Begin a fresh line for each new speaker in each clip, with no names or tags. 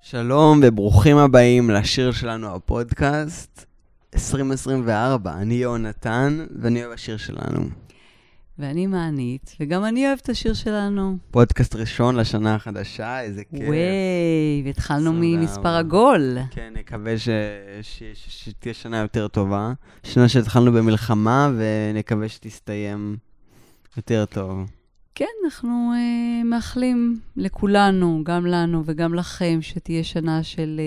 שלום וברוכים הבאים לשיר שלנו הפודקאסט 2024. אני יונתן ואני אוהב השיר שלנו.
ואני מענית, וגם אני אוהב את השיר שלנו.
פודקאסט ראשון לשנה החדשה, איזה כיף.
וואי, והתחלנו ממספר עגול.
כן, נקווה שתהיה שנה יותר טובה. שנה שהתחלנו במלחמה ונקווה שתסתיים יותר טוב.
כן, אנחנו מאחלים לכולנו, גם לנו וגם לכם, שתהיה שנה של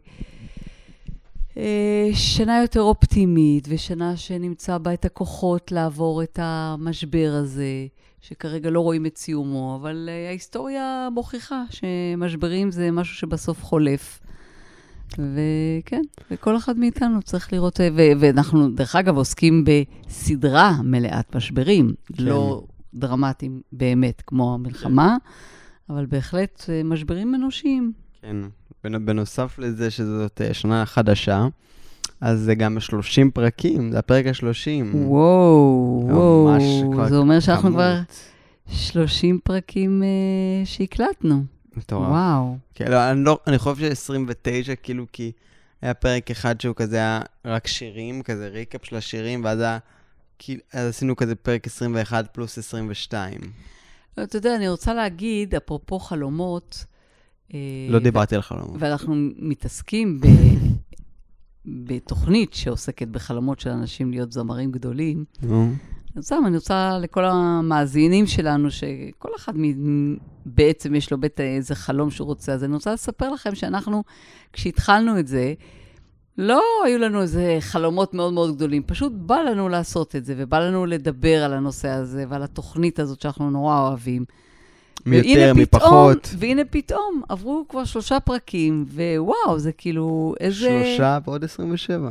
שנה יותר אופטימית, ושנה שנמצא בה את הכוחות לעבור את המשבר הזה, שכרגע לא רואים את סיומו, אבל ההיסטוריה מוכיחה שמשברים זה משהו שבסוף חולף. וכן, וכל אחד מאיתנו צריך לראות, ואנחנו דרך אגב עוסקים בסדרה מלאת משברים, כן. לא דרמטיים באמת כמו המלחמה, אבל בהחלט משברים אנושיים.
כן, בנוסף לזה שזאת שנה חדשה, אז זה גם 30 פרקים, זה הפרק ה-30.
וואו, זה אומר שאנחנו כבר 30 פרקים שהקלטנו.
מטורף.
וואו.
כן, אני חושב ש-29, כאילו, כי היה פרק אחד שהוא כזה היה רק שירים, כזה ריקאפ של השירים, ואז עשינו כזה פרק 21 פלוס 22.
אתה יודע, אני רוצה להגיד, אפרופו חלומות,
לא דיברתי על חלומות.
ואנחנו מתעסקים בתוכנית שעוסקת בחלומות של אנשים להיות זמרים גדולים. אז אני רוצה לכל המאזינים שלנו, שכל אחד בעצם יש לו איזה חלום שהוא רוצה, אז אני רוצה לספר לכם שאנחנו, כשהתחלנו את זה, לא היו לנו איזה חלומות מאוד מאוד גדולים, פשוט בא לנו לעשות את זה, ובא לנו לדבר על הנושא הזה, ועל התוכנית הזאת שאנחנו נורא אוהבים.
מיותר, מפחות.
והנה פתאום, עברו כבר 3 פרקים, ווואו, זה כאילו איזה...
3 ועוד 27.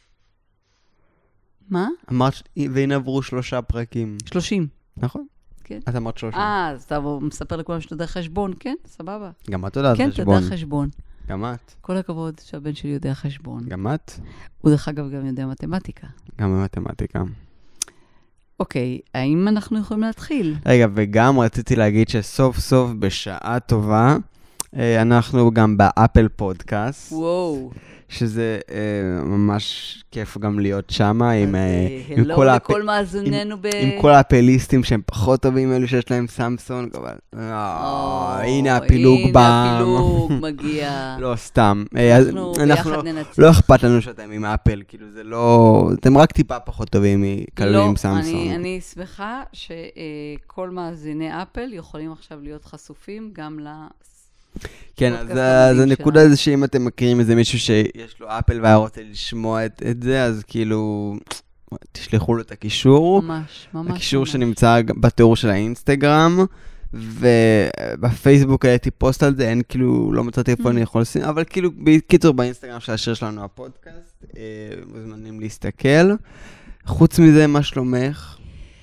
מה?
אמרת, והנה עברו 3 פרקים.
30.
נכון?
כן.
את אמרת 30.
אז אתה מספר לכולם שאתה יודע חשבון, כן? סבבה.
גם את יודעת
חשבון. כן, אתה יודע חשבון.
גם את.
כל הכבוד שהבן שלי יודע חשבון.
גם את.
הוא דרך אגב גם יודע מתמטיקה.
גם מתמטיקה.
אוקיי, האם אנחנו יכולים להתחיל?
רגע, וגם רציתי להגיד שסוף סוף בשעה טובה, אנחנו גם באפל פודקאסט.
וואו.
שזה ממש כיף גם להיות שם, עם
לכל מאזוננו
עם כל הפליסטים שהם פחות טובים, אלו שיש להם סמסונג, אבל הנה הפילוג בא.
הנה הפילוג מגיע.
לא, סתם.
אנחנו ביחד ננצח.
לא אכפת לנו שאתם עם אפל, כאילו זה לא... אתם רק טיפה פחות טובים מכאלו עם סמסונג.
לא, אני שמחה שכל מאזיני אפל יכולים עכשיו להיות חשופים גם
כן, אז הנקודה זה שאם אתם מכירים איזה מישהו שיש לו אפל והיה רוצה לשמוע את זה, אז כאילו תשלחו לו את הקישור.
ממש.
הקישור שנמצא בתיאור של האינסטגרם, ובפייסבוק הייתי פוסט על זה, אין כאילו, לא מצאתי איפה אני יכול לשים, אבל כאילו בקיצור באינסטגרם של השיר שלנו הפודקאסט, מוזמנים להסתכל. חוץ מזה, מה שלומך?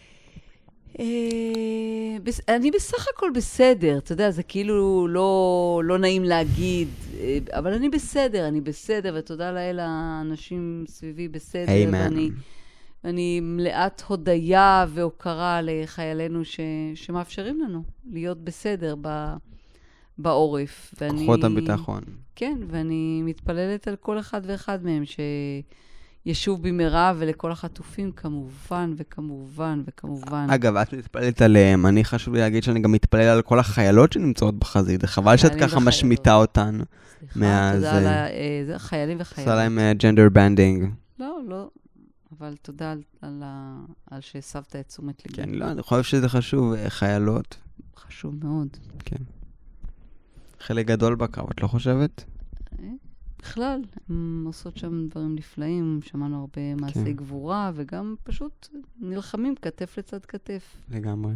אני בסך הכל בסדר, אתה יודע, זה כאילו לא נעים להגיד, אבל אני בסדר, ותודה לאל האנשים סביבי בסדר, ואני מלאת הודיה והוקרה לחיילינו שמאפשרים לנו להיות בסדר בעורף.
כוחות הביטחון.
כן, ואני מתפללת על כל אחד ואחד מהם ישוב במהרה, ולכל החטופים כמובן.
אגב, את מתפללת עליהם, אני חשוב לי להגיד שאני גם מתפלל על כל החיילות שנמצאות בחזית, חבל שאת ככה משמיטה אותן.
סליחה, תודה על חיילים וחיילות.
עושה להם ג'נדר בנדינג.
לא, אבל תודה על שהסבת את תשומת ליבי.
כן, לא, אני חושב שזה חשוב, חיילות.
חשוב מאוד.
כן. חלק גדול בקרב, את לא חושבת?
בכלל, הם עושות שם דברים נפלאים, שמענו הרבה מעשי גבורה, וגם פשוט נלחמים כתף לצד כתף.
לגמרי.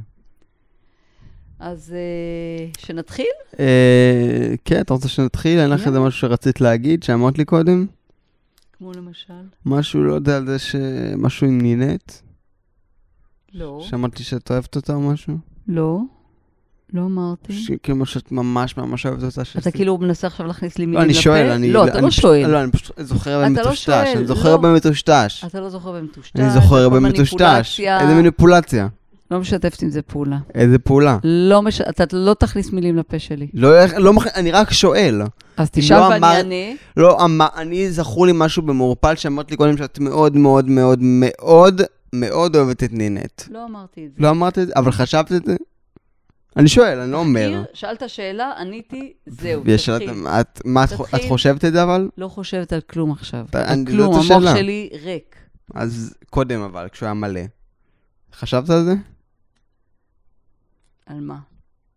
אז שנתחיל?
כן, אתה רוצה שנתחיל? אין לך איזה משהו שרצית להגיד, שאמרת לי קודם?
כמו למשל?
משהו, לא יודע על זה משהו עם נינט?
לא.
שאמרת לי שאת אוהבת אותה או משהו?
לא אמרתי.
כמו שאת ממש אוהבת אותה.
אתה כאילו מנסה עכשיו להכניס לי מילים לפה?
לא, אני שואל.
לא, אתה לא שואל.
לא, אני פשוט זוכר במטושטש.
אתה לא זוכר במטושטש.
אני זוכר במטושטש. איזה מניפולציה.
לא משתפת עם זה פעולה.
איזה פעולה?
אתה לא תכניס מילים לפה שלי.
אני רק שואל.
אז תשאל ואני אענה.
לא, אני זכור לי משהו במורפל שאמרת לי קודם שאת מאוד מאוד מאוד מאוד מאוד אוהבת את נינט.
לא אמרתי את זה.
לא אמרת את זה? אבל חשבת את זה? אני שואל, אני לא אומר.
שאלת שאלה, עניתי, זהו,
תתחיל. את חושבת את זה אבל?
לא חושבת על כלום עכשיו.
כלום,
המוח שלי ריק.
אז קודם אבל, כשהוא היה מלא. חשבת על זה?
על מה?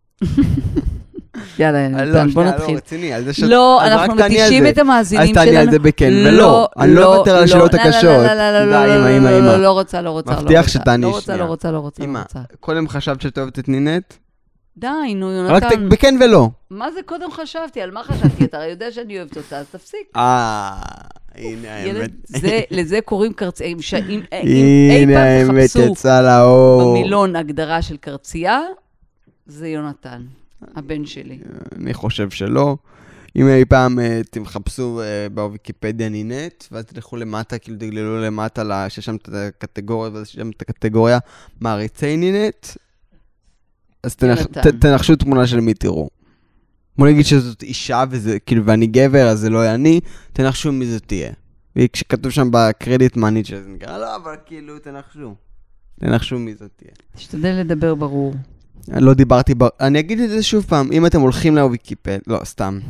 יאללה, בוא נתחיל.
לא, רציני, על זה
לא, אנחנו מתישים את המאזינים שלנו.
אז תעני על זה בכן ולא. אני לא מוותר על השאלות הקשות.
לא רוצה.
מבטיח שתעני שנייה.
לא רוצה.
קודם חשבת שאת אוהבת את נינט?
די, נו, יונתן.
רק בכן ולא.
מה זה קודם חשבתי? על מה חשבתי? אתה הרי יודע שאני אוהבת אותה, אז תפסיק.
הנה האמת.
לזה קוראים קרציים.
הנה האמת יצא לאור.
במילון הגדרה של קרצייה, זה יונתן, הבן שלי.
אני חושב שלא. אם אי פעם תחפשו בוויקיפדיה נינט, ואז תלכו למטה, כאילו תגללו למטה, שיש שם את הקטגוריה, ואז יש שם את הקטגוריה מעריצי נינט, אז תנחשו תמונה של מי תראו. בוא נגיד שזאת אישה, ואני גבר, אז זה לא יהיה אני, תנחשו מי זאת תהיה. וכשכתוב שם בקרדיט מענית שזה נקרא, לא, אבל כאילו תנחשו מי זאת תהיה.
תשתדל לדבר ברור.
לא דיברתי, אני אגיד את זה שוב פעם, אם אתם הולכים לוויקיפדיה, לא, סתם.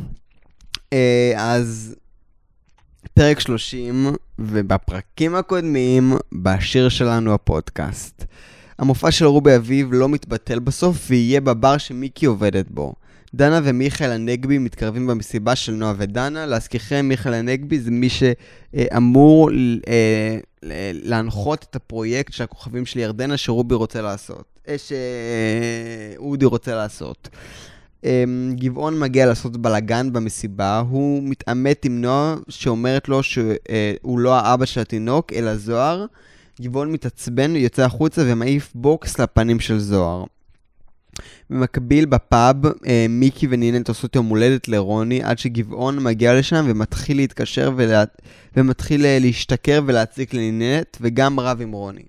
אז פרק 30, ובפרקים הקודמים, בשיר שלנו הפודקאסט. המופע של רובי אביב לא מתבטל בסוף, ויהיה בבר שמיקי עובדת בו. דנה ומיכאל הנגבי מתקרבים במסיבה של נועה ודנה. להזכירכם, מיכאל הנגבי זה מי שאמור להנחות את הפרויקט של הכוכבים של ירדנה שרובי רוצה לעשות. שאודי רוצה לעשות. גבעון מגיע לעשות בלגן במסיבה, הוא מתעמת עם נועה שאומרת לו שהוא לא האבא של התינוק, אלא זוהר. גבעון מתעצבן, יוצא החוצה ומעיף בוקס לפנים של זוהר. במקביל בפאב, מיקי ונינט עושות יום הולדת לרוני, עד שגבעון מגיע לשם ומתחיל להתקשר ומתחיל להשתכר ולהציק לנינט, וגם רב עם רוני.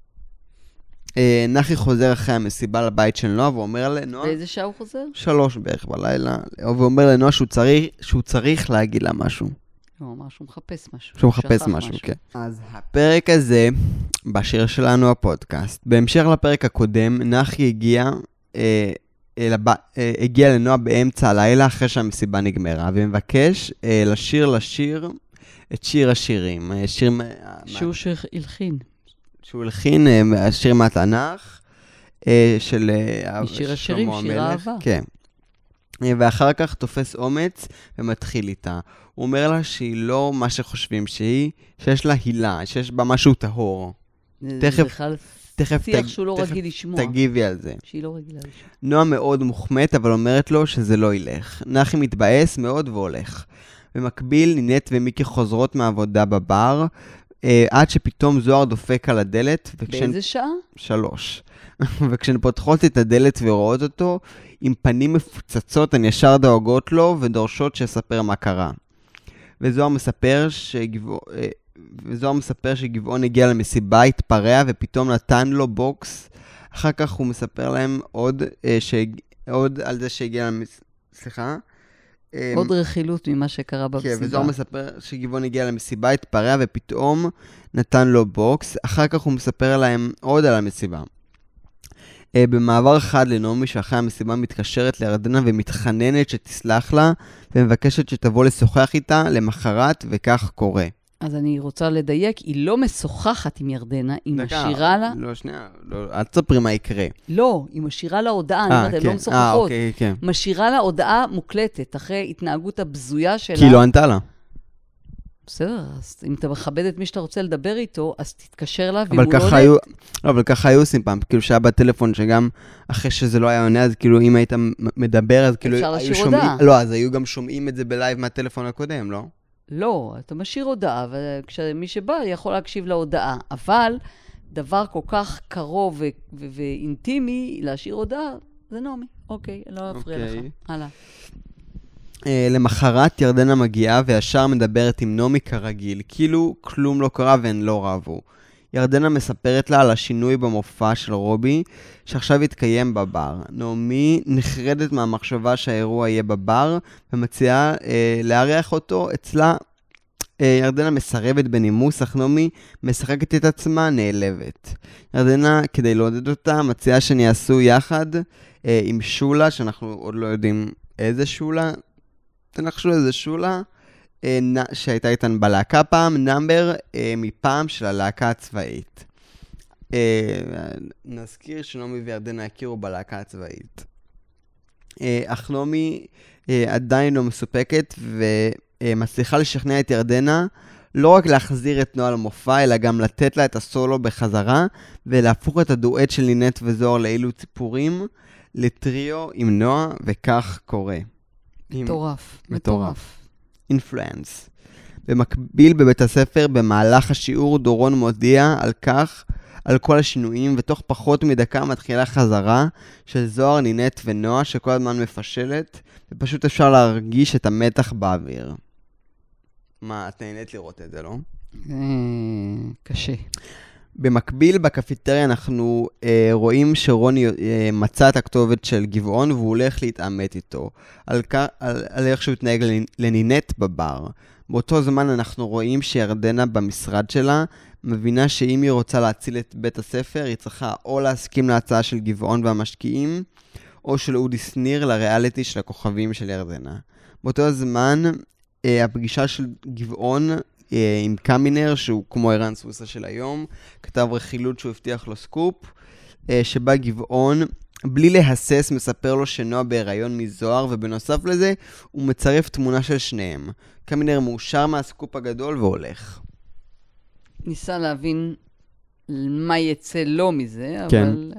נחי חוזר אחרי המסיבה לבית של נועה, ואומר לנועה...
באיזה שעה הוא חוזר?
3 בערך בלילה, ואומר לנועה שהוא צריך להגיד לה משהו.
הוא אמר שהוא מחפש משהו.
שהוא מחפש משהו, כן. אז הפרק הזה, בשיר שלנו הפודקאסט, בהמשך לפרק הקודם, נחי הגיע לנועה באמצע הלילה, אחרי שהמסיבה נגמרה, ומבקש לשיר את שיר השירים.
שהוא הלחין.
שהוא הלחין, השיר מהתנ"ך, של
שיר השירים, שיר האהבה.
כן. ואחר כך תופס אומץ ומתחיל איתה. הוא אומר לה שהיא לא מה שחושבים שהיא, שיש לה הילה, שיש בה משהו טהור.
תכף שיח שהוא לא רגיל לשמוע.
תגיבי על זה.
שהיא לא רגילה לשמוע.
נועה מאוד מוחמת, אבל אומרת לו שזה לא ילך. נחי מתבאס מאוד והולך. במקביל, נינט ומיקי חוזרות מהעבודה בבר, עד שפתאום זוהר דופק על הדלת.
באיזה שעה?
3. וכשהן פותחות את הדלת ורואות אותו, עם פנים מפוצצות, הן ישר דואגות לו ודורשות שיספר מה קרה. וזוהר מספר שגבעון הגיע למסיבה, התפרע ופתאום נתן לו בוקס. אחר כך הוא מספר להם עוד על זה שהגיע סליחה?
עוד רכילות ממה שקרה במסיבה.
כן, וזוהר מספר שגבעון הגיע למסיבה, התפרע ופתאום נתן לו בוקס. אחר כך הוא מספר להם עוד על המסיבה. במעבר אחד לנעמי שאחרי המסיבה מתקשרת לירדנה ומתחננת שתסלח לה ומבקשת שתבוא לשוחח איתה למחרת, וכך קורה.
אז אני רוצה לדייק, היא לא משוחחת עם ירדנה, היא משאירה לה...
לא, שנייה, אל תספרי מה יקרה.
לא, היא משאירה לה הודעה, אני אומרת, הן לא משוחחות.
אוקיי, כן.
משאירה לה הודעה מוקלטת, אחרי התנהגות הבזויה שלה.
כי לא ענתה לה.
בסדר, אז אם אתה מכבד את מי שאתה רוצה לדבר איתו, אז תתקשר אליו, ואם הוא לא עונה...
אבל ככה היו עושים פעם, כאילו שהיה בטלפון, שגם אחרי שזה לא היה עונה, אז כאילו אם היית מדבר, אז כאילו...
אפשר להשאיר הודעה.
לא, אז היו גם שומעים את זה בלייב מהטלפון הקודם, לא?
לא, אתה משאיר הודעה, וכשמי שבא יכול להקשיב להודעה, אבל דבר כל כך קרוב ואינטימי, להשאיר הודעה, זה נעמי. אוקיי, לא אפריע לך. הלאה.
למחרת ירדנה מגיעה וישר מדברת עם נעמי כרגיל, כאילו כלום לא קרה והן לא רבו. ירדנה מספרת לה על השינוי במופע של רובי, שעכשיו יתקיים בבר. נעמי נחרדת מהמחשבה שהאירוע יהיה בבר, ומציעה לארח אותו אצלה. ירדנה מסרבת בנימוס, אך נעמי משחקת את עצמה נעלבת. ירדנה, כדי לעודד אותה, מציעה שהם יעשו יחד עם שולה, שאנחנו עוד לא יודעים איזה שולה. תנחשו איזה שולה, שהייתה איתן בלהקה פעם, נאמבר מפעם של הלהקה הצבאית. נזכיר שנעמי וירדנה הכירו בלהקה הצבאית. אך נעמי עדיין לא מסופקת, ומצליחה לשכנע את ירדנה לא רק להחזיר את נועה למופע, אלא גם לתת לה את הסולו בחזרה, ולהפוך את הדואט של נינט וזוהר לאילו ציפורים, לטריו עם נועה, וכך קורה.
מטורף.
אינפלואנס. במקביל בבית הספר, במהלך השיעור, דורון מודיע על כל השינויים, ותוך פחות מדקה מתחילה חזרה של זוהר, נינט ונועה, שכל הזמן מפשלת, ופשוט אפשר להרגיש את המתח באוויר. מה, את נהנית לראות את זה, לא?
קשה.
במקביל, בקפיטריה אנחנו רואים שרוני מצא את הכתובת של גבעון, והוא הולך להתעמת איתו, על איך שהוא התנהג לנינט בבר. באותו זמן אנחנו רואים שירדנה במשרד שלה, מבינה שאם היא רוצה להציל את בית הספר, היא צריכה או להסכים להצעה של גבעון והמשקיעים, או של אודי שניר לריאליטי של הכוכבים של ירדנה. באותו זמן, הפגישה של גבעון עם קמינר, שהוא כמו ערן סוויסה של היום, כתב רכילות שהוא הבטיח לו סקופ, שבה גבעון, בלי להסס, מספר לו שנועה בהיריון מזוהר, ובנוסף לזה, הוא מצרף תמונה של שניהם. קמינר מאושר מהסקופ הגדול והולך.
ניסה להבין מה יצא לו מזה,
כן.
אבל...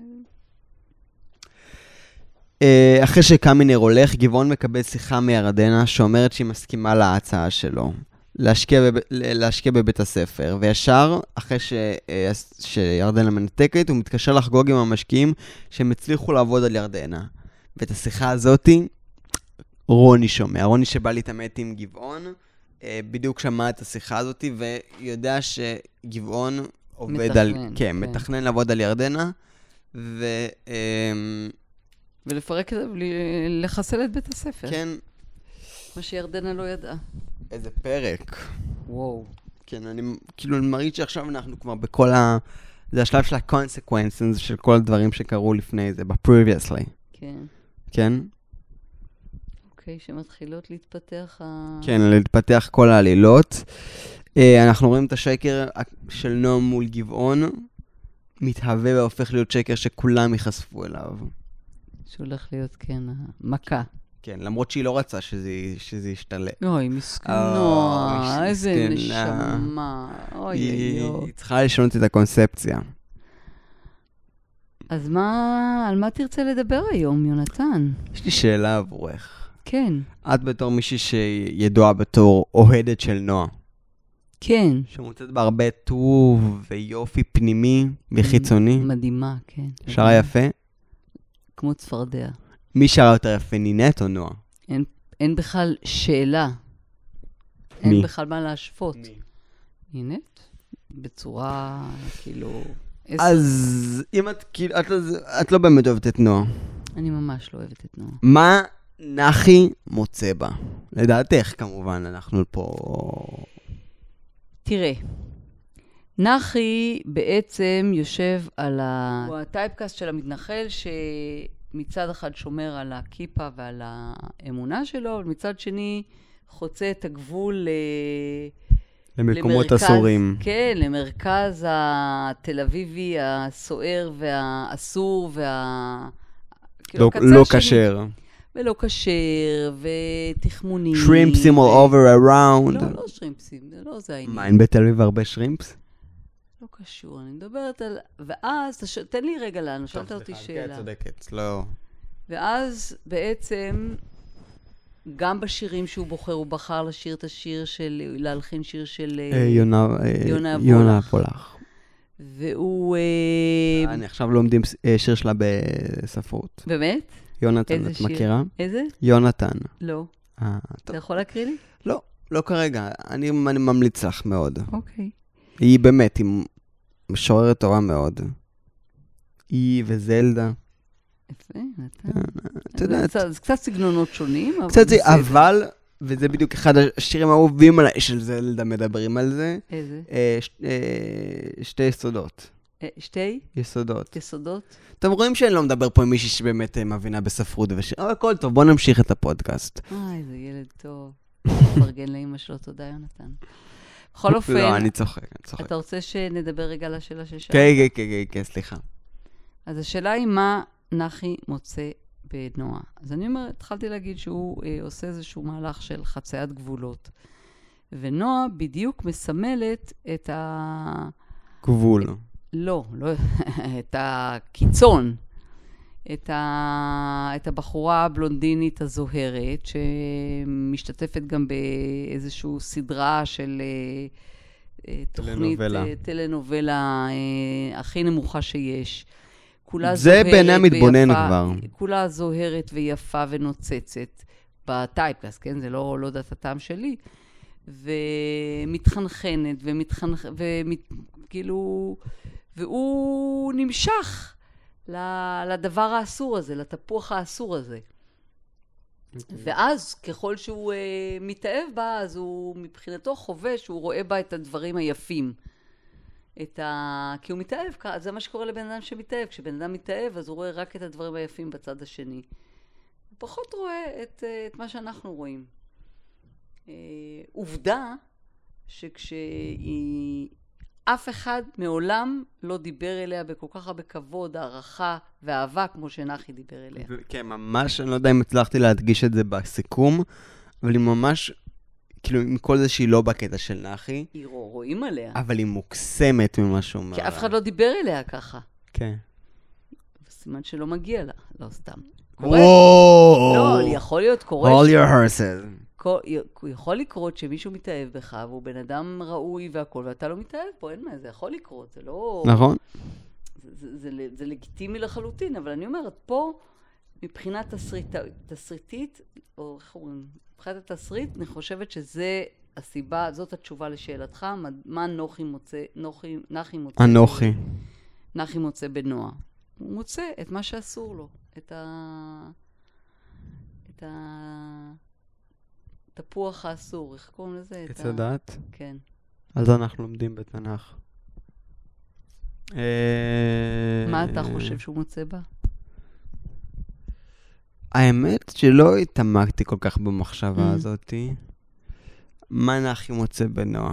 אחרי שקמינר הולך, גבעון מקבל שיחה מירדנה שאומרת שהיא מסכימה להצעה שלו, להשקיע בבית הספר, וישר אחרי שירדנה מנתקת, הוא מתקשר לחגוג עם המשקיעים שהם הצליחו לעבוד על ירדנה. ואת השיחה הזאת רוני שומע, רוני שבא להתעמת עם גבעון, בדיוק שמע את השיחה הזאת, ויודע שגבעון עובד מתכנן לעבוד על ירדנה,
ולפרק את זה, לחסל את בית הספר.
כן.
מה שירדנה לא ידעה.
איזה פרק.
וואו.
כן, אני מרגיש שעכשיו אנחנו כבר בכל זה השלב של ה-consequences של כל הדברים שקרו לפני זה, ב-previously.
כן.
כן?
אוקיי, שמתחילות להתפתח
כן, להתפתח כל העלילות. אנחנו רואים את השקר של נועם מול גבעון, מתהווה והופך להיות שקר שכולם ייחשפו אליו.
שהולך להיות, כן, מכה.
כן, למרות שהיא לא רצה שזה ישתלה.
אוי, מסכנה, איזה נשמה. אוי,
היא צריכה לשנות את הקונספציה.
אז על מה תרצה לדבר היום, יונתן?
יש לי שאלה עבורך.
כן.
את בתור מישהי שידועה בתור אוהדת של נועה.
כן.
שמוצאת בה הרבה טוב ויופי פנימי וחיצוני.
מדהימה, כן.
שרה יפה?
כמו צפרדע.
מי שרה יותר יפה, נינט או נועה?
אין בכלל שאלה.
מי?
אין בכלל מה להשוות.
מי?
נינט? בצורה, כאילו...
אז אם את לא באמת אוהבת את נועה.
אני ממש לא אוהבת את נועה.
מה נחי מוצא בה? לדעתך, כמובן, אנחנו פה...
תראה, נחי בעצם יושב על הטייפקאסט של המתנחל, שמצד אחד שומר על הכיפה ועל האמונה שלו, אבל מצד שני חוצה את הגבול
למקומות אסורים.
כן, למרכז התל אביבי הסוער והאסור
לא כשר.
ולא כשר, ותחמונים.
שרימפסים all over around.
לא שרימפסים, זה העניין.
מה, אין בתל אביב הרבה שרימפס?
לא קשור, אני מדברת על... ואז, תן לי רגע לנו, שאלת אותי שאלה.
כן, צודקת, לא...
ואז בעצם, גם בשירים שהוא בוחר, הוא בחר לשיר את השיר של... להלחין שיר של...
יונה פולח.
והוא...
אני עכשיו לומדים שיר שלה בספרות.
באמת?
יונתן, את מכירה?
איזה?
יונתן.
לא. אתה יכול להקריא לי?
לא, לא כרגע. אני ממליץ לך מאוד.
אוקיי.
היא באמת, משוררת טובה מאוד. היא וזלדה.
יפה,
את יודעת.
זה קצת סגנונות שונים, אבל
קצת זה,
בסדר.
אבל, וזה בדיוק אחד השירים האהובים עליי של זלדה מדברים על זה.
איזה?
שתי יסודות.
שתי?
יסודות.
יסודות?
אתם רואים שאני לא מדבר פה עם מישהי שבאמת מבינה בספרות ושיר. הכל טוב, בוא נמשיך את הפודקאסט.
איזה ילד טוב. מפרגן לאמא שלו, תודה יונתן. בכל אופן,
לא, אני צוחק.
אתה רוצה שנדבר רגע על השאלה ששאלת?
כן, סליחה.
אז השאלה היא מה נחי מוצא בנועה. אז אני אומרת, התחלתי להגיד שהוא עושה איזשהו מהלך של חציית גבולות. ונועה בדיוק מסמלת את
גבול.
לא, את הקיצון. את הבחורה הבלונדינית הזוהרת, שמשתתפת גם באיזושהי סדרה של תוכנית טלנובלה הכי נמוכה שיש.
זה בעיני המתבונן כבר.
כולה זוהרת ויפה ונוצצת בטייפקאסט, כן? זה לא יודעת הטעם שלי. ומתחנחנת, כאילו, והוא נמשך לדבר האסור הזה, לתפוח האסור הזה. ואז ככל שהוא מתאהב בה, אז הוא מבחינתו חווה שהוא רואה בה את הדברים היפים. כי הוא מתאהב, זה מה שקורה לבן אדם שמתאהב. כשבן אדם מתאהב, אז הוא רואה רק את הדברים היפים בצד השני. הוא פחות רואה את מה שאנחנו רואים. עובדה אף אחד מעולם לא דיבר אליה בכל כך הרבה כבוד, הערכה ואהבה כמו שנחי דיבר אליה.
כן, ממש, אני לא יודע אם הצלחתי להדגיש את זה בסיכום, אבל היא ממש, כאילו, עם כל זה שהיא לא בקטע של נחי.
היא רואים עליה.
אבל היא מוקסמת ממה שהוא אומר.
כי אף אחד לא דיבר אליה ככה.
כן.
סימן שלא מגיע לה, לא סתם.
וואו!
לא, יכול להיות קורה.
All your horses.
יכול לקרות שמישהו מתאהב בך, והוא בן אדם ראוי והכל, ואתה לא מתאהב פה, אין מה, זה יכול לקרות, זה לא...
נכון.
זה לגיטימי לחלוטין, אבל אני אומרת, פה, מבחינת תסריטית, או איך אומרים, מבחינת התסריט, אני חושבת שזה הסיבה, זאת התשובה לשאלתך, מה נחי מוצא בנועה. הוא מוצא את מה שאסור לו, את תפוח האסור, איך קוראים לזה?
עץ הדת?
כן.
על זה אנחנו לומדים בתנ"ך.
מה אתה חושב שהוא מוצא בה?
האמת שלא התעמקתי כל כך במחשבה הזאת. מה נחי מוצא בנועה?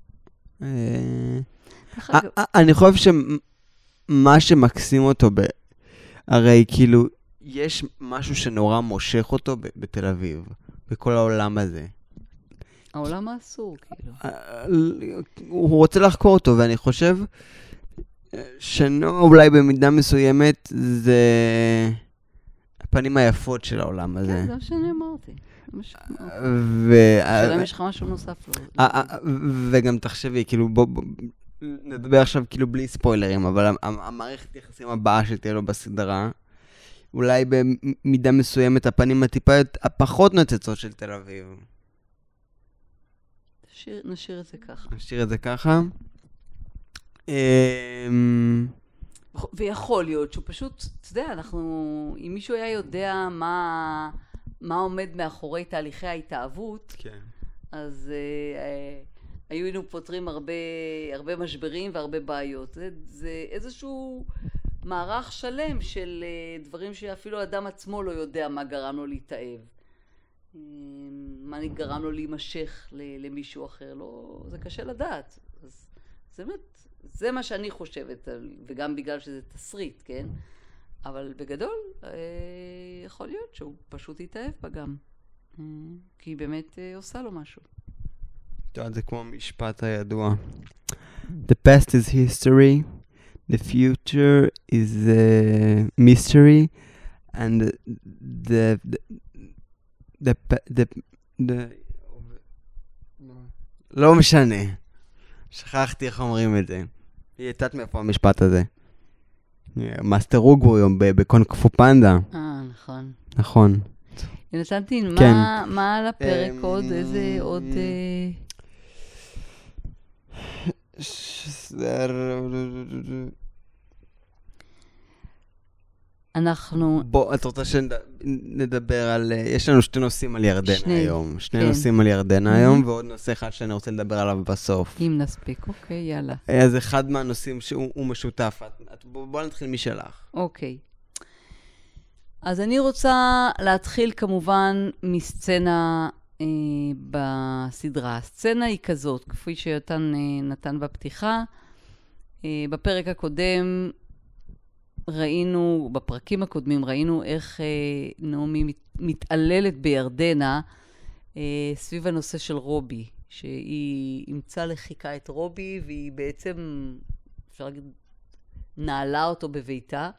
אני חושב שמה שמקסים אותו, הרי כאילו, יש משהו שנורא מושך אותו בתל אביב, בכל העולם הזה.
העולם האסור, כאילו.
הוא רוצה לחקור אותו, ואני חושב שנועה אולי במידה מסוימת זה הפנים היפות של העולם הזה.
כן, זה מה שאני אמרתי. שאלה יש לך משהו נוסף לו.
וגם תחשבי, כאילו, בוא נדבר עכשיו כאילו בלי ספוילרים, אבל המערכת יחסים הבאה שתהיה לו בסדרה, אולי במידה מסוימת הפנים הטיפות הפחות נוצצות של תל אביב.
נשאיר את זה ככה.
נשאיר את זה ככה.
ויכול להיות שהוא פשוט, אתה יודע, אם מישהו היה יודע מה עומד מאחורי תהליכי ההתאהבות,
כן.
אז היינו פותרים הרבה משברים והרבה בעיות. זה איזשהו מערך שלם של דברים שאפילו האדם עצמו לא יודע מה גרם לו להתאהב. מה גרם לו להימשך למישהו אחר. לא, זה קשה לדעת. אז זה באמת, זה מה שאני חושבת, וגם בגלל שזה תסריט, כן? אבל בגדול, יכול להיות שהוא פשוט יתאהב בה גם. כי היא באמת עושה לו משהו.
טוב, זה כמו המשפט הידוע. The past is history, the future is mystery, and the לא משנה. שכחתי איך אומרים את זה. היא יצאת מאיפה המשפט הזה. מאסטר רוגו היום בקונג פו פנדה.
נכון.
נכון.
נתנתי,
כן.
מה על הפרק עוד? איזה עוד... אנחנו...
בוא, את רוצה שנדבר על... יש לנו שתי נושאים על ירדנה היום. שני
כן.
נושאים על ירדנה היום, ועוד נושא אחד שאני רוצה לדבר עליו בסוף.
אם נספיק, אוקיי, יאללה.
אז אחד מהנושאים שהוא משותף. בוא נתחיל משלך.
אוקיי. אז אני רוצה להתחיל כמובן מסצנה בסדרה. הסצנה היא כזאת, כפי שיותן נתן בפתיחה. בפרק הקודם ראינו, בפרקים הקודמים ראינו איך נעמי מתעללת בירדנה סביב הנושא של רובי, שהיא אימצה לחיקה את רובי, והיא בעצם, אפשר להגיד, נעלה אותו בביתה,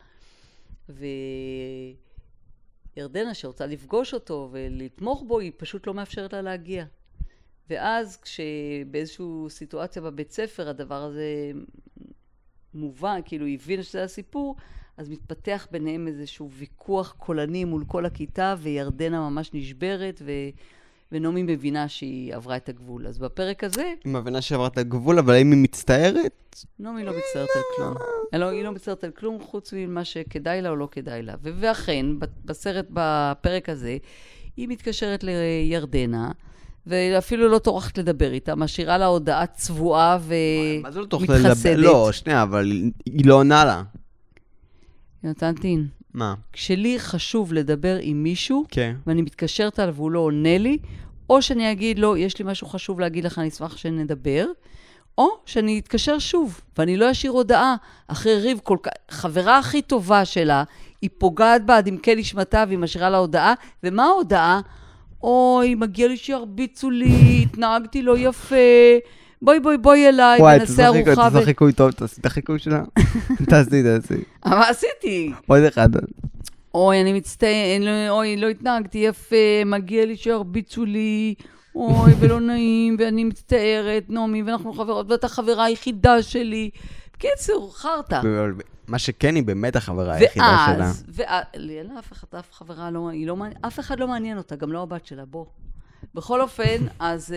וירדנה שרוצה לפגוש אותו ולתמוך בו, היא פשוט לא מאפשרת לה להגיע. ואז כשבאיזושהי סיטואציה בבית ספר הדבר הזה מובן, כאילו היא הבינה שזה הסיפור, אז מתפתח ביניהם איזשהו ויכוח קולני מול כל הכיתה, וירדנה ממש נשברת, ונעמי מבינה שהיא עברה את הגבול. אז בפרק הזה...
היא מבינה שעברה את הגבול, אבל האם היא מצטערת?
נעמי לא מצטערת על כלום. היא לא מצטערת על כלום, חוץ ממה שכדאי לה או לא כדאי לה. ואכן, בפרק הזה, היא מתקשרת לירדנה, ואפילו לא טורחת לדבר איתה, משאירה לה הודעה צבועה ומתחסדת.
לא, שנייה, אבל היא לא עונה לה.
יונתן טין.
מה?
כשלי חשוב לדבר עם מישהו,
כן.
ואני מתקשרת עליו והוא לא עונה לי, או שאני אגיד לו, יש לי משהו חשוב להגיד לך, אני אשמח שנדבר, או שאני אתקשר שוב, ואני לא אשאיר הודעה אחרי ריב כל כך, חברה הכי טובה שלה, היא פוגעת בה עד עמקי נשמתה, והיא משאירה לה הודעה, ומה ההודעה? אוי, מגיע לי שירביצו לי, התנהגתי לא יפה, בואי אליי, ונעשה ארוחה.
וואי, תעשי חיקוי טוב, תעשי את החיקוי שלה. תעשי.
מה עשיתי?
עוד אחד.
אוי, אני מצטער, אוי, לא התנהגתי יפה, מגיע לי שירביצו לי, אוי, ולא נעים, ואני מצטערת, נעמי, ואנחנו חברות, ואתה חברה היחידה שלי. בקיצור, חרטה.
מה שכן היא באמת החברה היחידה שלה.
אין לה אף חברה, אף אחד לא מעניין אותה, גם לא הבת שלה, בוא. בכל אופן, אז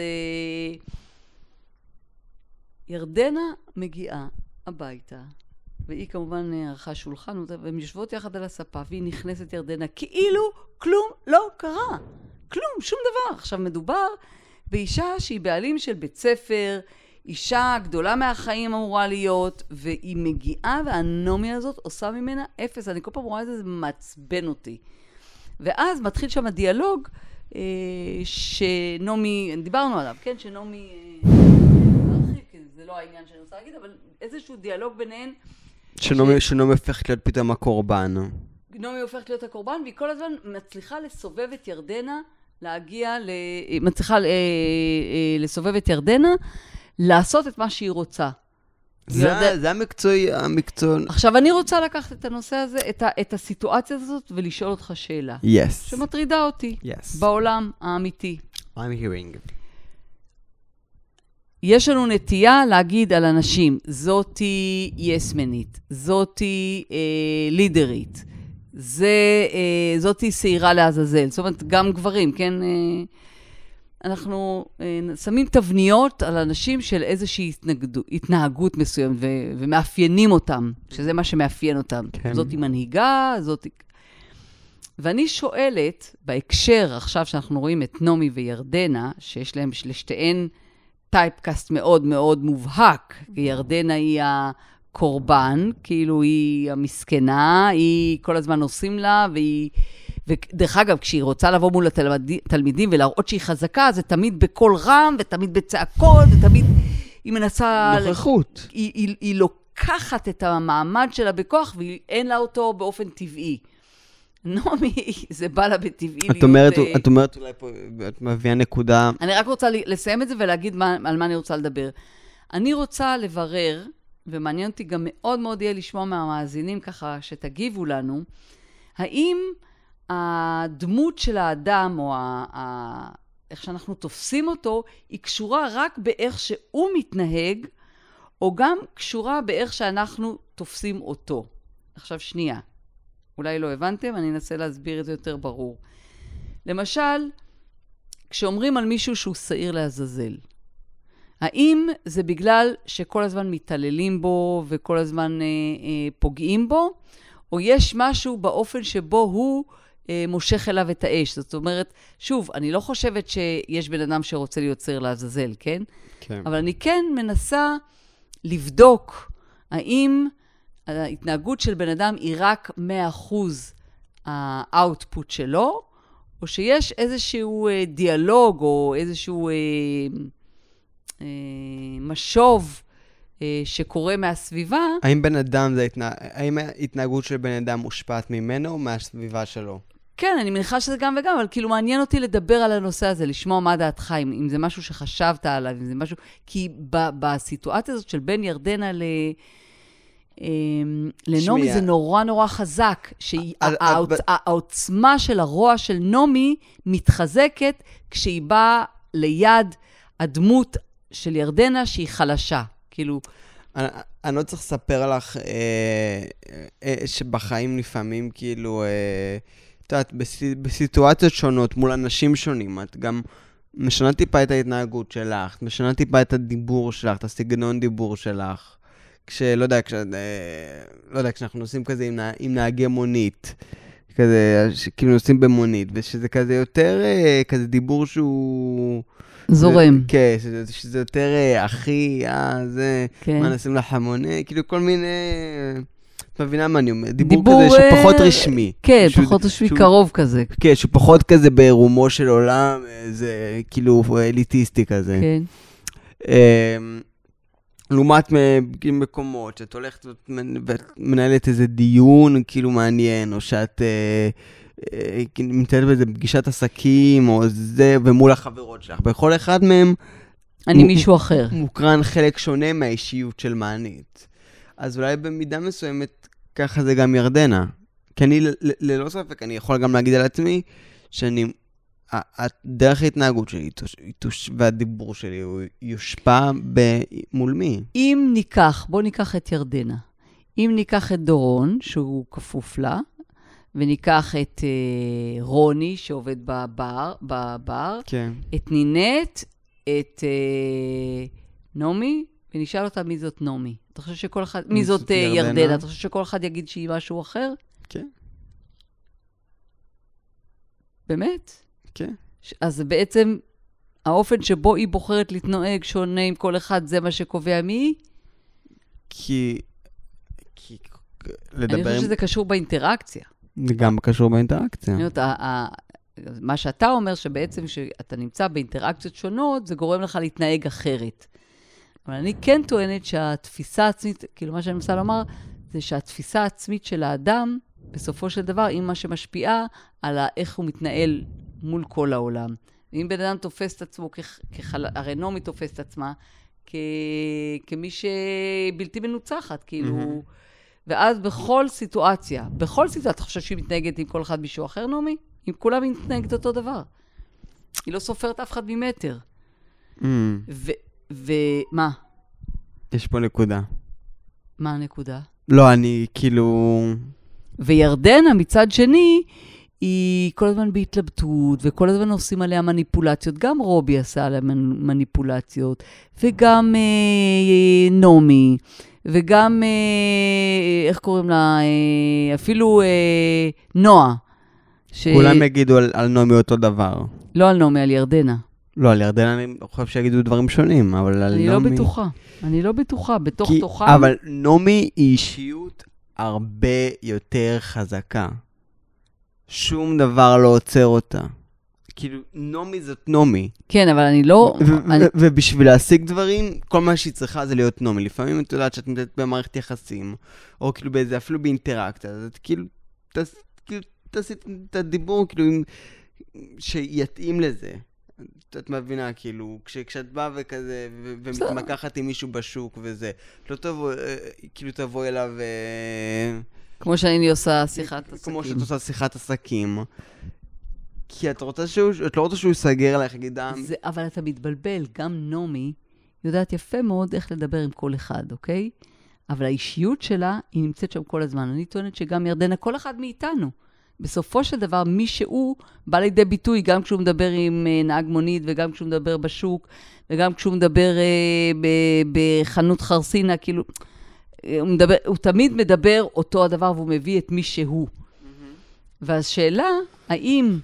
ירדנה מגיעה הביתה, והיא כמובן ערכה שולחן, והן יושבות יחד על הספה, והיא נכנסת ירדנה, כאילו כלום לא קרה. כלום, שום דבר. עכשיו מדובר באישה שהיא בעלים של בית ספר, אישה גדולה מהחיים אמורה להיות, והיא מגיעה, והנעמי הזאת עושה ממנה אפס. אני כל פעם רואה את זה, זה מעצבן אותי. ואז מתחיל שם הדיאלוג, שנעמי, דיברנו עליו, כן? שנעמי, זה לא העניין שאני רוצה להגיד, אבל איזשהו דיאלוג ביניהן.
שנעמי הופכת להיות פתאום הקורבן.
נעמי הופכת להיות הקורבן, והיא כל הזמן מצליחה לסובב את ירדנה, לסובב את ירדנה, לעשות את מה שהיא רוצה.
זה המקצוע.
עכשיו, אני רוצה לקחת את הנושא הזה, את הסיטואציה הזאת, ולשאול אותך שאלה.
Yes.
שמטרידה אותי.
Yes.
בעולם האמיתי.
I'm hearing.
יש לנו נטייה להגיד על אנשים, זאתי יסמנית, זאתי לידרית, זאתי שעירה לעזאזל. זאת אומרת, גם גברים, כן? אנחנו שמים תבניות על אנשים של איזושהי התנהגות מסוימת, ומאפיינים אותם, שזה מה שמאפיין אותם.
כן.
זאתי מנהיגה, זאתי... ואני שואלת, בהקשר עכשיו שאנחנו רואים את נעמי וירדנה, שיש להם לשתיהן טייפקאסט מאוד מאוד מובהק, כי ירדנה היא הקורבן, כאילו היא המסכנה, היא כל הזמן עושים לה, ודרך אגב, כשהיא רוצה לבוא מול התלמידים ולהראות שהיא חזקה, זה תמיד בקול רם, ותמיד בצעקות, ותמיד היא מנסה...
נוכחות.
היא לוקחת את המעמד שלה בכוח, ואין לה אותו באופן טבעי. נעמי, זה בא לה בטבעי להיות...
את אומרת אולי פה, את מביאה נקודה...
אני רק רוצה לסיים את זה ולהגיד על מה אני רוצה לדבר. אני רוצה לברר, ומעניין אותי גם מאוד מאוד יהיה לשמוע מהמאזינים ככה שתגיבו לנו, האם הדמות של האדם, או איך שאנחנו תופסים אותו, היא קשורה רק באיך שהוא מתנהג, או גם קשורה באיך שאנחנו תופסים אותו. עכשיו שנייה. אולי לא הבנתם, אני אנסה להסביר את זה יותר ברור. למשל, כשאומרים על מישהו שהוא שעיר לעזאזל, האם זה בגלל שכל הזמן מתעללים בו וכל הזמן פוגעים בו, או יש משהו באופן שבו הוא מושך אליו את האש? זאת אומרת, שוב, אני לא חושבת שיש בן אדם שרוצה להיות שעיר לעזאזל, כן?
כן.
אבל אני כן מנסה לבדוק האם ההתנהגות של בן אדם היא רק 100% האוטפוט שלו, או שיש איזשהו דיאלוג או איזשהו משוב שקורה מהסביבה.
האם האם ההתנהגות של בן אדם מושפעת ממנו או מהסביבה שלו?
כן, אני מניחה שזה גם וגם, אבל כאילו מעניין אותי לדבר על הנושא הזה, לשמוע מה דעתך, אם זה משהו שחשבת עליו, אם זה משהו... כי בסיטואציה הזאת של בין ירדנה לנומי זה נורא נורא חזק, שהעוצמה של הרוע של נומי מתחזקת כשהיא באה ליד הדמות של ירדנה שהיא חלשה. כאילו...
אני לא צריך לספר לך שבחיים לפעמים כאילו... את יודעת, בסיטואציות שונות, מול אנשים שונים, את גם משנה טיפה את ההתנהגות שלך, משנה טיפה את הדיבור שלך, את הסגנון דיבור שלך. לא יודע, כשאנחנו נוסעים כזה עם נהגי מונית, כזה, כאילו נוסעים במונית, ושזה כזה יותר, כזה דיבור שהוא...
זורם.
כן, שזה יותר אחי, זה, מה נשים לך המונה, כאילו כל מיני... את מבינה מה אני אומר? דיבור כזה שפחות רשמי.
כן, פחות רשמי, קרוב כזה.
כן, שהוא פחות כזה ברומו של עולם, זה כאילו אליטיסטי כזה.
כן.
לעומת מקומות, שאת הולכת ומנהלת איזה דיון כאילו מעניין, או שאת נמצאת באיזה פגישת עסקים, או זה, ומול החברות שלך. בכל אחד מהם...
אני מישהו אחר.
מוקרן חלק שונה מהאישיות של מענית. אז אולי במידה מסוימת, ככה זה גם ירדנה. כי אני, ללא ספק, אני יכול גם להגיד על עצמי, דרך ההתנהגות שלי, והדיבור שלי, הוא יושפע מול מי?
בוא ניקח את ירדנה. אם ניקח את דורון, שהוא כפוף לה, וניקח את רוני, שעובד בבר,
כן.
את נינט, את נומי, ונשאל אותה מי זאת נומי. אתה חושב שכל אחד... מי זאת ירדנה? אתה חושב שכל אחד יגיד שהיא משהו אחר?
כן.
באמת?
כן.
אז בעצם האופן שבו היא בוחרת להתנהג שונה עם כל אחד, זה מה שקובע מי?
כי
לדבר אני חושב שזה קשור באינטראקציה.
גם קשור באינטראקציה.
מה שאתה אומר שבעצם שאתה נמצא באינטראקציות שונות, זה גורם לך להתנהג אחרת. אבל אני כן טוענת שהתפיסה העצמית, כאילו מה שאני מנסה לומר, זה שהתפיסה העצמית של האדם, בסופו של דבר, היא מה שמשפיעה על איך הוא מתנהל מול כל העולם. אם בן אדם תופס את עצמו, הרי נומי תופס את עצמה, כמי שבלתי מנוצחת, כאילו, ואז בכל סיטואציה, אתה חושב שהיא מתנהגת עם כל אחד מישהו אחר, נומי? עם כולם היא מתנהגת אותו דבר. היא לא סופרת אף אחד ממטר. ומה?
יש פה נקודה.
מה הנקודה?
לא, אני כאילו...
וירדנה מצד שני, היא כל הזמן בהתלבטות, וכל הזמן עושים עליה מניפולציות. גם רובי עשה עליה מניפולציות, וגם נומי, וגם, איך קוראים לה? אפילו נועה.
כולם יגידו על נומי אותו דבר.
לא על נומי, על ירדנה.
לא, על ירדנה אני חושב שיגידו דברים שונים, אבל על נומי...
אני לא בטוחה, בתוך תוכם...
אבל נומי היא אישיות הרבה יותר חזקה. שום דבר לא עוצר אותה. כאילו, נומי זאת נומי.
כן, אבל אני לא...
ובשביל להשיג דברים, כל מה שהיא צריכה זה להיות נומי. לפעמים את יודעת שאת נמצאת במערכת יחסים, או כאילו באיזה, אפילו באינטראקציה, אז את כאילו, תעשי את הדיבור, כאילו, שיתאים לזה. את מבינה, כאילו, כשאת באה וכזה, ומתמקחת עם מישהו בשוק וזה, לא תבוא, כאילו תבוא אליו...
כמו שאני עושה שיחת עסקים.
כמו שאת עושה שיחת עסקים. כי את לא רוצה שהוא יסגר עליך, גידם.
אבל אתה מתבלבל, גם נומי יודעת יפה מאוד איך לדבר עם כל אחד, אוקיי? אבל האישיות שלה, היא נמצאת שם כל הזמן. אני טוענת שגם ירדנה, כל אחד מאיתנו, בסופו של דבר, מי שהוא בא לידי ביטוי, גם כשהוא מדבר עם נהג מונית, וגם כשהוא מדבר בשוק, וגם כשהוא מדבר בחנות חרסינה, כאילו, הוא תמיד מדבר אותו הדבר, והוא מביא את מי שהוא. והשאלה, האם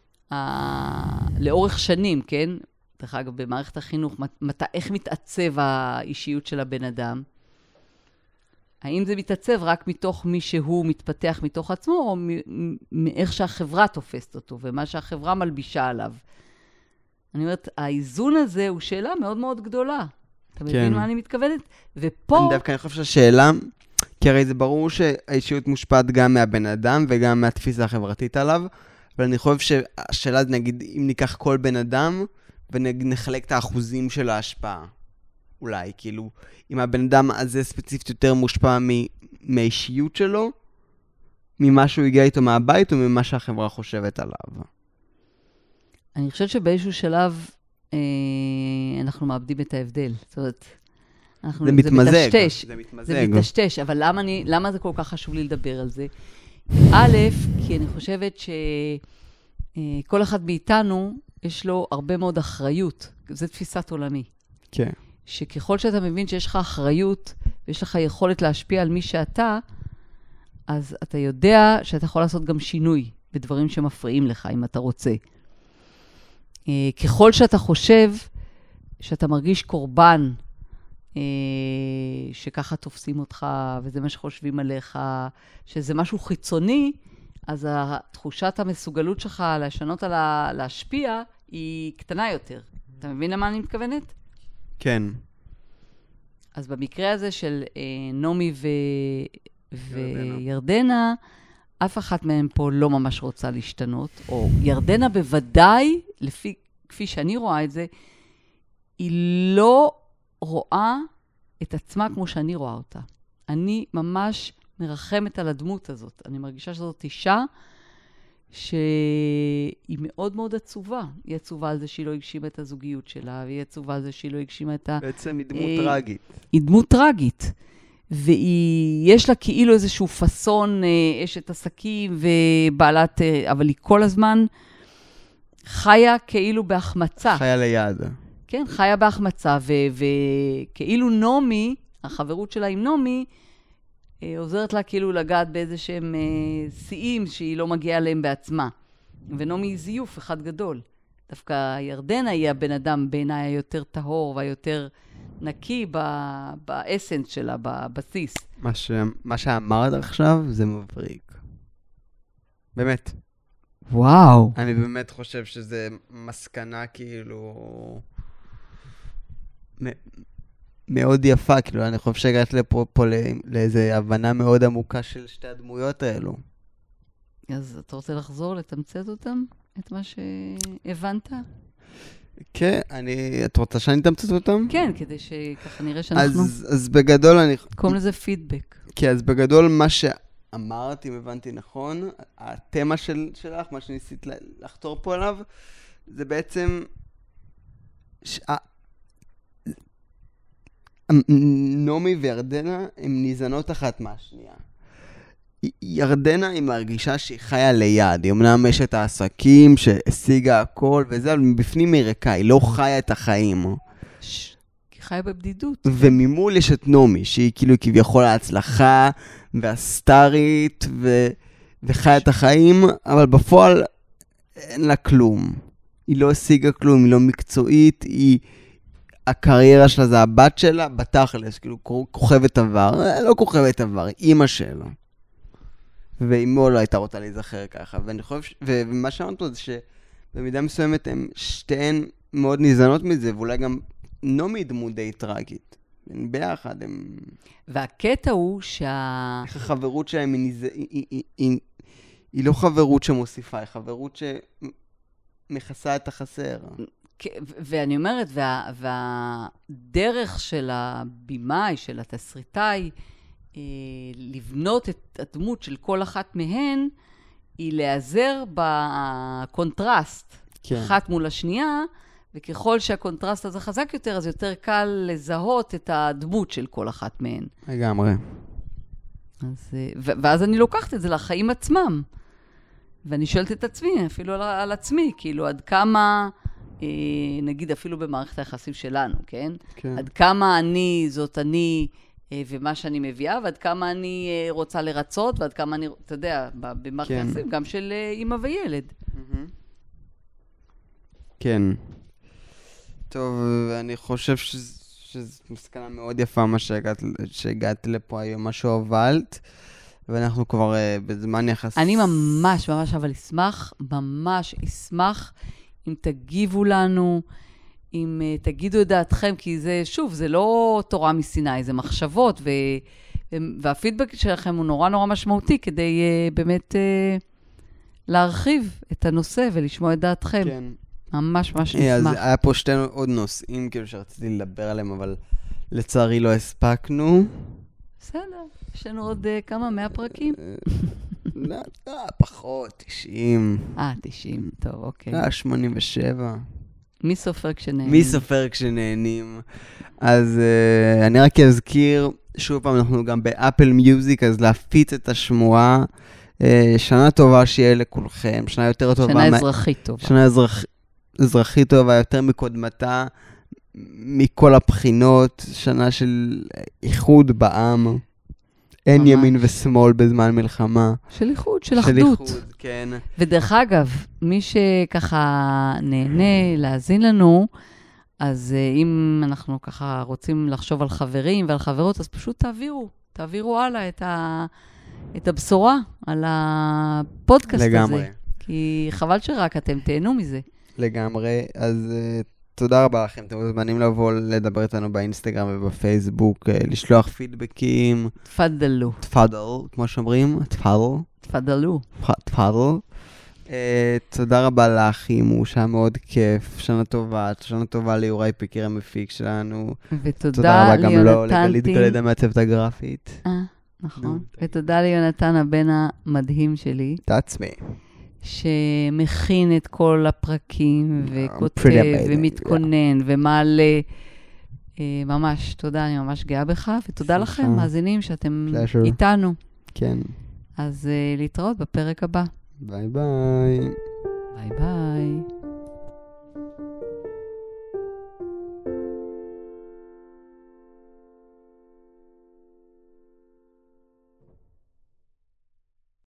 לאורך שנים, כן? דרך אגב, במערכת החינוך, איך מתעצב האישיות של הבן אדם? האם זה מתעצב רק מתוך מי שהוא מתפתח מתוך עצמו, או מאיך שהחברה תופסת אותו, ומה שהחברה מלבישה עליו? אני אומרת, האיזון הזה הוא שאלה מאוד מאוד גדולה. אתה מבין מה אני מתכוונת? ופה...
אני דווקא חושב שהשאלה, כי הרי זה ברור שהאישיות מושפעת גם מהבן אדם, וגם מהתפיסה החברתית עליו, אבל אני חושב שהשאלה, נגיד, אם ניקח כל בן אדם, ונחלק את האחוזים של ההשפעה. אולי, כאילו, אם הבן אדם הזה ספציפית יותר מושפע מהאישיות שלו, ממה שהוא הגיע איתו מהבית, או ממה שהחברה חושבת עליו.
אני חושבת שבאיזשהו שלב, אנחנו מאבדים את ההבדל. זאת אומרת,
זה מתמזג.
זה מטשטש, אבל למה זה כל כך חשוב לי לדבר על זה? א', כי אני חושבת שכל אחד מאיתנו, יש לו הרבה מאוד אחריות. זו תפיסת עולמי.
כן.
שככל שאתה מבין שיש לך אחריות, ויש לך יכולת להשפיע על מי שאתה, אז אתה יודע שאתה יכול לעשות גם שינוי בדברים שמפריעים לך, אם אתה רוצה. ככל שאתה חושב שאתה מרגיש קורבן, שככה תופסים אותך, וזה מה שחושבים עליך, שזה משהו חיצוני, אז תחושת המסוגלות שלך לשנות להשפיע, היא קטנה יותר. אתה מבין למה אני מתכוונת?
כן.
אז במקרה הזה של נעמי וירדנה, אף אחת מהם פה לא ממש רוצה להשתנות, או ירדנה בוודאי, כפי שאני רואה את זה, היא לא רואה את עצמה כמו שאני רואה אותה. אני ממש מרחמת על הדמות הזאת. אני מרגישה שזאת אישה שהיא מאוד מאוד עצובה. היא עצובה על זה שהיא לא הגשימה את הזוגיות שלה, והיא עצובה על זה שהיא לא הגשימה את
בעצם היא דמות טרגית.
היא דמות טרגית. ויש לה כאילו איזשהו פסון אשת עסקים ובעלת, אבל היא כל הזמן חיה כאילו בהחמצה.
חיה ליד.
כן, חיה בהחמצה, וכאילו נעמי, החברות שלה עם נעמי, עוזרת לה כאילו לגעת באיזה שהם שיאים שהיא לא מגיעה להם בעצמה. ונעמי היא זיוף אחד גדול. דווקא ירדנה היא הבן אדם בעיניי היותר טהור והיותר נקי באסנס שלה, בבסיס.
מה שאמרת עכשיו זה מבריק. באמת.
וואו.
אני באמת חושב שזה מסקנה כאילו מאוד יפה, כאילו אני חושב שהגעת פה לאיזו הבנה מאוד עמוקה של שתי הדמויות האלו.
אז אתה רוצה לחזור לתמצת אותם? את מה שהבנת?
כן, את רוצה שאני אתמצת אותם?
כן, כדי שככה נראה שאנחנו...
אז בגדול אני...
קוראים לזה פידבק.
כן, אז בגדול מה שאמרתי, אם הבנתי נכון, התמה שלך, מה שניסית לחתור פה עליו, זה בעצם... נעמי וירדנה הן ניזנות אחת מהשנייה. ירדנה היא מרגישה שהיא חיה ליד, היא אמנם אשת העסקים שהשיגה הכל וזה, אבל מבפנים היא ריקה, היא לא חיה את החיים.
היא חיה בבדידות.
וממול יש את נעמי, שהיא כאילו כביכול ההצלחה והסטארית וחיה את החיים, אבל בפועל אין לה כלום. היא לא השיגה כלום, היא לא מקצועית, הקריירה שלה זה הבת שלה, בתכלס, כאילו כוכבת עבר, לא כוכבת עבר, אימא שלה. ואימו לא הייתה רוצה להיזכר ככה. ואני חושב, ומה שאמרת פה זה שבמידה מסוימת הן שתיהן מאוד ניזנות מזה, ואולי גם נעמי דמות די טרגית. ביחד הם...
והקטע הוא
איך החברות שלהם היא לא חברות שמוסיפה, היא חברות שמכסה את החסר.
ואני אומרת, והדרך של הבימאי, של התסריטאי, לבנות את הדמות של כל אחת מהן, היא להיעזר בקונטרסט, כן. אחת מול השנייה, וככל שהקונטרסט הזה חזק יותר, אז יותר קל לזהות את הדמות של כל אחת מהן.
לגמרי.
ואז אני לוקחת את זה לחיים עצמם. ואני שואלת את עצמי, אפילו על עצמי, כאילו עד כמה, נגיד אפילו במערכת היחסים שלנו, כן?
כן.
עד כמה אני, זאת אני, ומה שאני מביאה, ועד כמה אני רוצה לרצות, ועד כמה אני, אתה יודע, במערכת היחסים, גם של אמא וילד.
כן. טוב, אני חושב שזו מסקנה מאוד יפה מה שהגעת לפה היום, מה שהובלת, ואנחנו כבר בזמן יחס...
אני ממש אבל ממש אשמח אם תגיבו לנו, אם תגידו את דעתכם, כי זה, שוב, זה לא תורה מסיני, זה מחשבות, והפידבק שלכם הוא נורא נורא משמעותי, כדי באמת להרחיב את הנושא ולשמוע את דעתכם.
כן.
ממש
אז
נשמח.
היה פה שתי עוד נושאים כאילו שרציתי לדבר עליהם, אבל לצערי לא הספקנו.
בסדר, יש לנו עוד כמה 100 פרקים?
לא, פחות, 90.
90, טוב, אוקיי.
87.
מי סופר כשנהנים?
מי סופר כשנהנים? אז אני רק אזכיר, שוב פעם, אנחנו גם באפל מיוזיק, אז להפיץ את השמועה. שנה טובה שיהיה לכולכם, שנה יותר טובה.
שנה אזרחית טובה.
שנה אזרחית טובה, יותר מקודמתה, מכל הבחינות, שנה של איחוד בעם. אין ימין ושמאל בזמן מלחמה.
של איחוד, של אחדות.
של איחוד, כן.
ודרך אגב, מי שככה נהנה להאזין לנו, אז אם אנחנו ככה רוצים לחשוב על חברים ועל חברות, אז פשוט תעבירו הלאה את הבשורה על הפודקאסט
לגמרי.
הזה. כי חבל שרק אתם תהנו מזה.
לגמרי, אז תודה רבה לכם, אתם מוזמנים לבוא לדבר איתנו באינסטגרם ובפייסבוק, לשלוח פידבקים.
תפדלו.
תפדל, כמו שאומרים,
תפדלו.
תודה רבה לך, אימו, שהיה מאוד כיף, שנה טובה ליוראי פיקר המפיק שלנו.
ותודה ליונתן.
גם לו, לגלית גלדה מהצוות הגרפית.
נכון. ותודה ליונתן הבן המדהים שלי.
That's me.
שמכין את כל הפרקים וכותב ומתכונן ומעלה. ממש, תודה, אני ממש גאה בך, ותודה לכם, מאזינים, שאתם איתנו.
כן.
אז להתראות בפרק הבא.
ביי ביי.
ביי ביי.